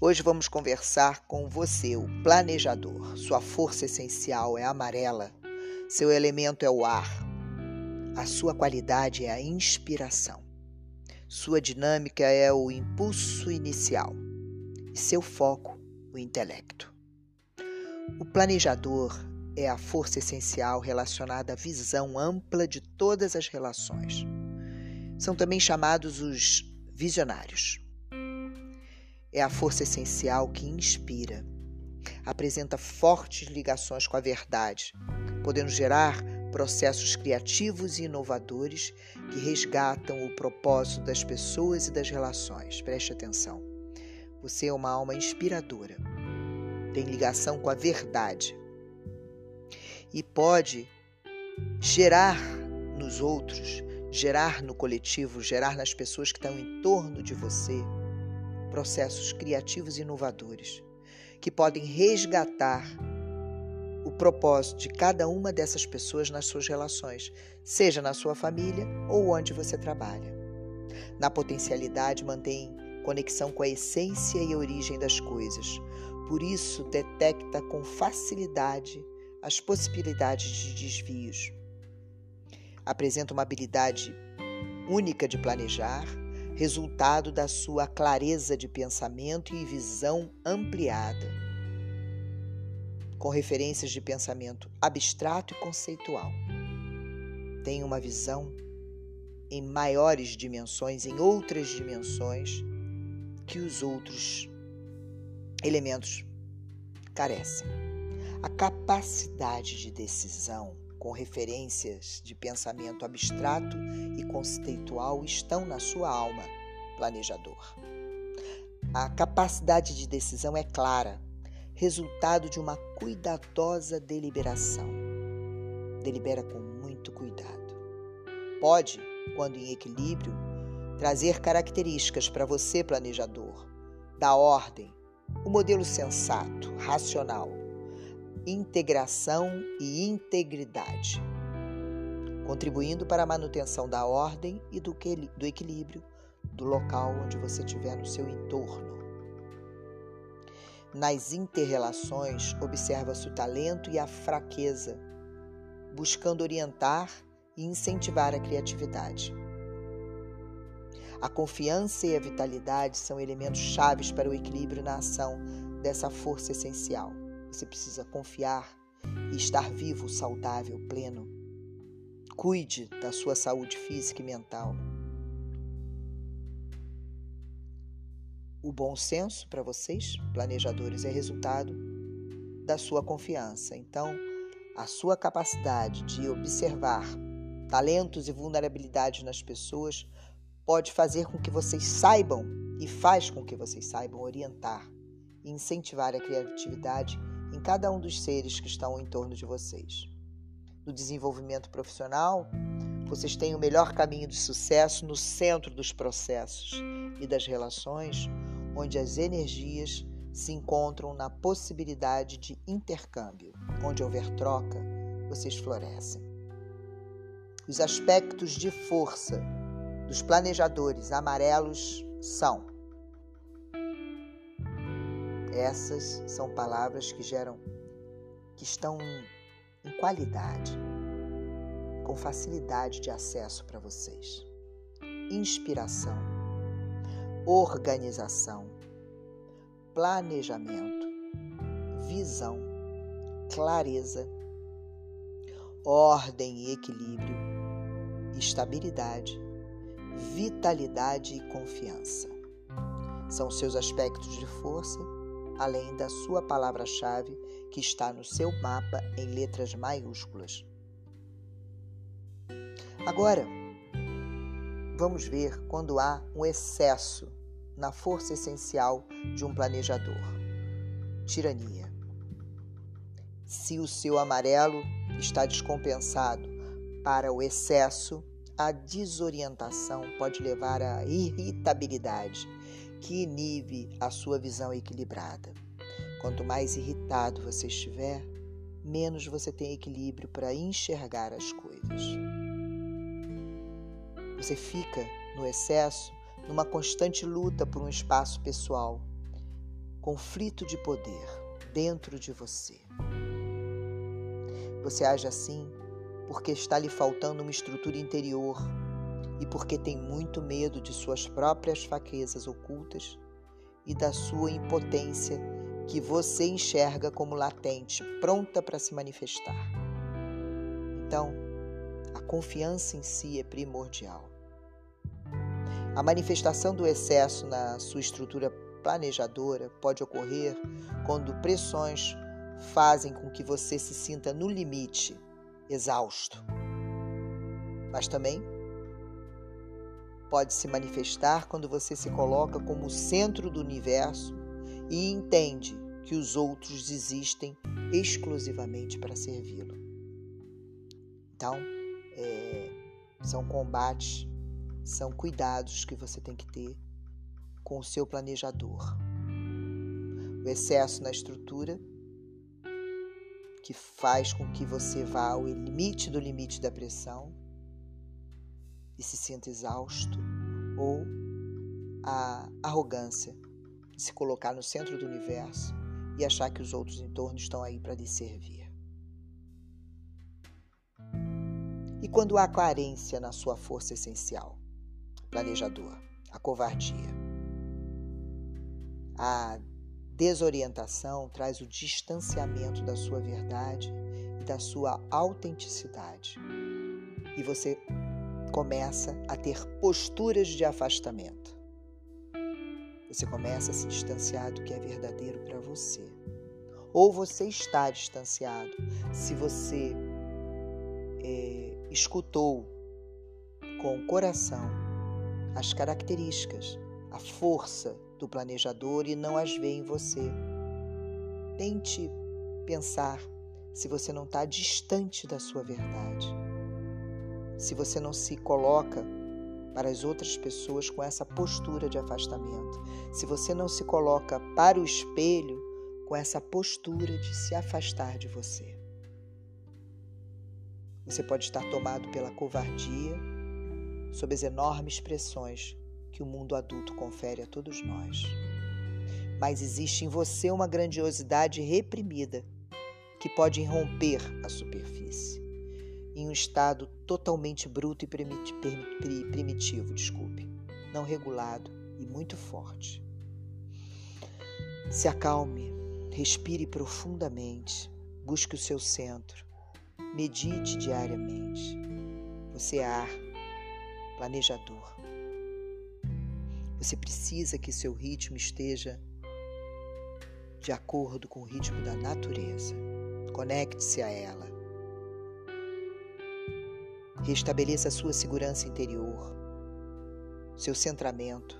Hoje vamos conversar com você, o planejador. Sua força essencial é amarela, seu elemento é o ar, a sua qualidade é a inspiração, sua dinâmica é o impulso inicial e seu foco, o intelecto. O planejador é a força essencial relacionada à visão ampla de todas as relações. São também chamados os visionários. É a força essencial que inspira, apresenta fortes ligações com a verdade, podendo gerar processos criativos e inovadores que resgatam o propósito das pessoas e das relações. Preste atenção. Você é uma alma inspiradora, tem ligação com a verdade e pode gerar nos outros, gerar no coletivo, gerar nas pessoas que estão em torno de você processos criativos e inovadores que podem resgatar o propósito de cada uma dessas pessoas nas suas relações, seja na sua família ou onde você trabalha. Na potencialidade, mantém conexão com a essência e a origem das coisas. Por isso, detecta com facilidade as possibilidades de desvios. Apresenta uma habilidade única de planejar, resultado da sua clareza de pensamento e visão ampliada, com referências de pensamento abstrato e conceitual. Tem uma visão em maiores dimensões, em outras dimensões que os outros elementos carecem. A capacidade de decisão com referências de pensamento abstrato e conceitual estão na sua alma, planejador. A capacidade de decisão é clara, resultado de uma cuidadosa deliberação. Delibera com muito cuidado. Pode, quando em equilíbrio, trazer características para você, planejador, da ordem, o modelo sensato, racional, integração e integridade, contribuindo para a manutenção da ordem e do equilíbrio do local onde você estiver no seu entorno. Nas inter-relações, observa-se o talento e a fraqueza, buscando orientar e incentivar a criatividade. A confiança e a vitalidade são elementos chaves para o equilíbrio na ação dessa força essencial. Você precisa confiar e estar vivo, saudável, pleno. Cuide da sua saúde física e mental. O bom senso para vocês, planejadores, é resultado da sua confiança. Então, a sua capacidade de observar talentos e vulnerabilidades nas pessoas pode fazer com que vocês saibam e faz com que vocês saibam orientar e incentivar a criatividade em cada um dos seres que estão em torno de vocês. No desenvolvimento profissional, vocês têm o melhor caminho de sucesso no centro dos processos e das relações, onde as energias se encontram na possibilidade de intercâmbio. Onde houver troca, vocês florescem. Os aspectos de força dos planejadores amarelos são: essas são palavras que estão em qualidade, com facilidade de acesso para vocês. Inspiração, organização, planejamento, visão, clareza, ordem e equilíbrio, estabilidade, vitalidade e confiança. São seus aspectos de força, além da sua palavra-chave que está no seu mapa em letras maiúsculas. Agora, vamos ver quando há um excesso na força essencial de um planejador. Tirania. Se o seu amarelo está descompensado para o excesso, a desorientação pode levar à irritabilidade, que inibe a sua visão equilibrada. Quanto mais irritado você estiver, menos você tem equilíbrio para enxergar as coisas. Você fica, no excesso, numa constante luta por um espaço pessoal, conflito de poder dentro de você. Você age assim porque está lhe faltando uma estrutura interior e porque tem muito medo de suas próprias fraquezas ocultas e da sua impotência que você enxerga como latente, pronta para se manifestar. Então, a confiança em si é primordial. A manifestação do excesso na sua estrutura planejadora pode ocorrer quando pressões fazem com que você se sinta no limite, exausto. Mas também pode se manifestar quando você se coloca como o centro do universo e entende que os outros existem exclusivamente para servi-lo. Então, são combates, são cuidados que você tem que ter com o seu planejador. O excesso na estrutura, que faz com que você vá ao limite do limite da pressão e se sinta exausto, ou a arrogância de se colocar no centro do universo e achar que os outros em torno estão aí para lhe servir. E quando há carência na sua força essencial, planejador, a covardia, a desorientação traz o distanciamento da sua verdade e da sua autenticidade. E você começa a ter posturas de afastamento. Você começa a se distanciar do que é verdadeiro para você. Ou você está distanciado se você escutou com o coração as características, a força do planejador e não as vê em você. Tente pensar se você não está distante da sua verdade. Se você não se coloca para as outras pessoas com essa postura de afastamento. Se você não se coloca para o espelho com essa postura de se afastar de você. Você pode estar tomado pela covardia, sob as enormes pressões que o mundo adulto confere a todos nós. Mas existe em você uma grandiosidade reprimida que pode irromper a superfície, em um estado totalmente bruto e primitivo, não regulado e muito forte. Se acalme, respire profundamente, busque o seu centro, medite diariamente. Você é ar, planejador. Você precisa que seu ritmo esteja de acordo com o ritmo da natureza. Conecte-se a ela. Restabeleça a sua segurança interior, seu centramento,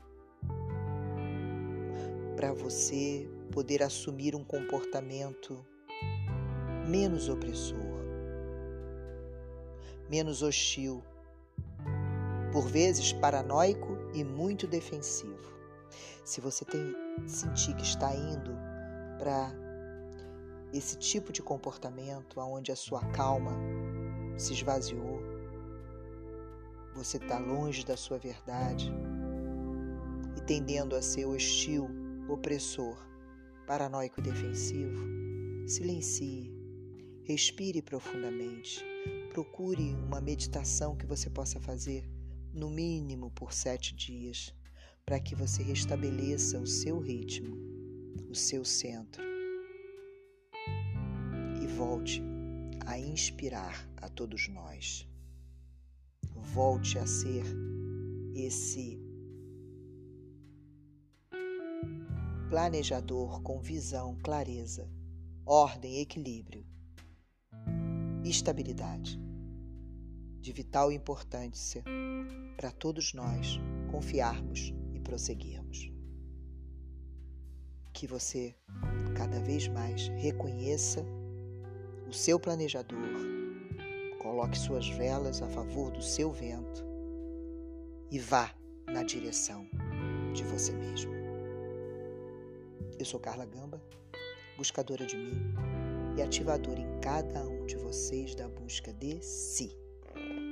para você poder assumir um comportamento menos opressor, menos hostil, por vezes paranoico e muito defensivo. Se você sentir que está indo para esse tipo de comportamento onde a sua calma se esvaziou, você está longe da sua verdade e tendendo a ser hostil, opressor, paranoico e defensivo, silencie, respire profundamente, procure uma meditação que você possa fazer no mínimo por 7 dias, para que você restabeleça o seu ritmo, o seu centro e volte a inspirar a todos nós. Volte a ser esse planejador com visão, clareza, ordem, equilíbrio, estabilidade, de vital importância para todos nós confiarmos e prosseguirmos. Que você cada vez mais reconheça o seu planejador, coloque suas velas a favor do seu vento e vá na direção de você mesmo. Eu sou Carla Gamba, buscadora de mim e ativadora em cada um de vocês da busca de si.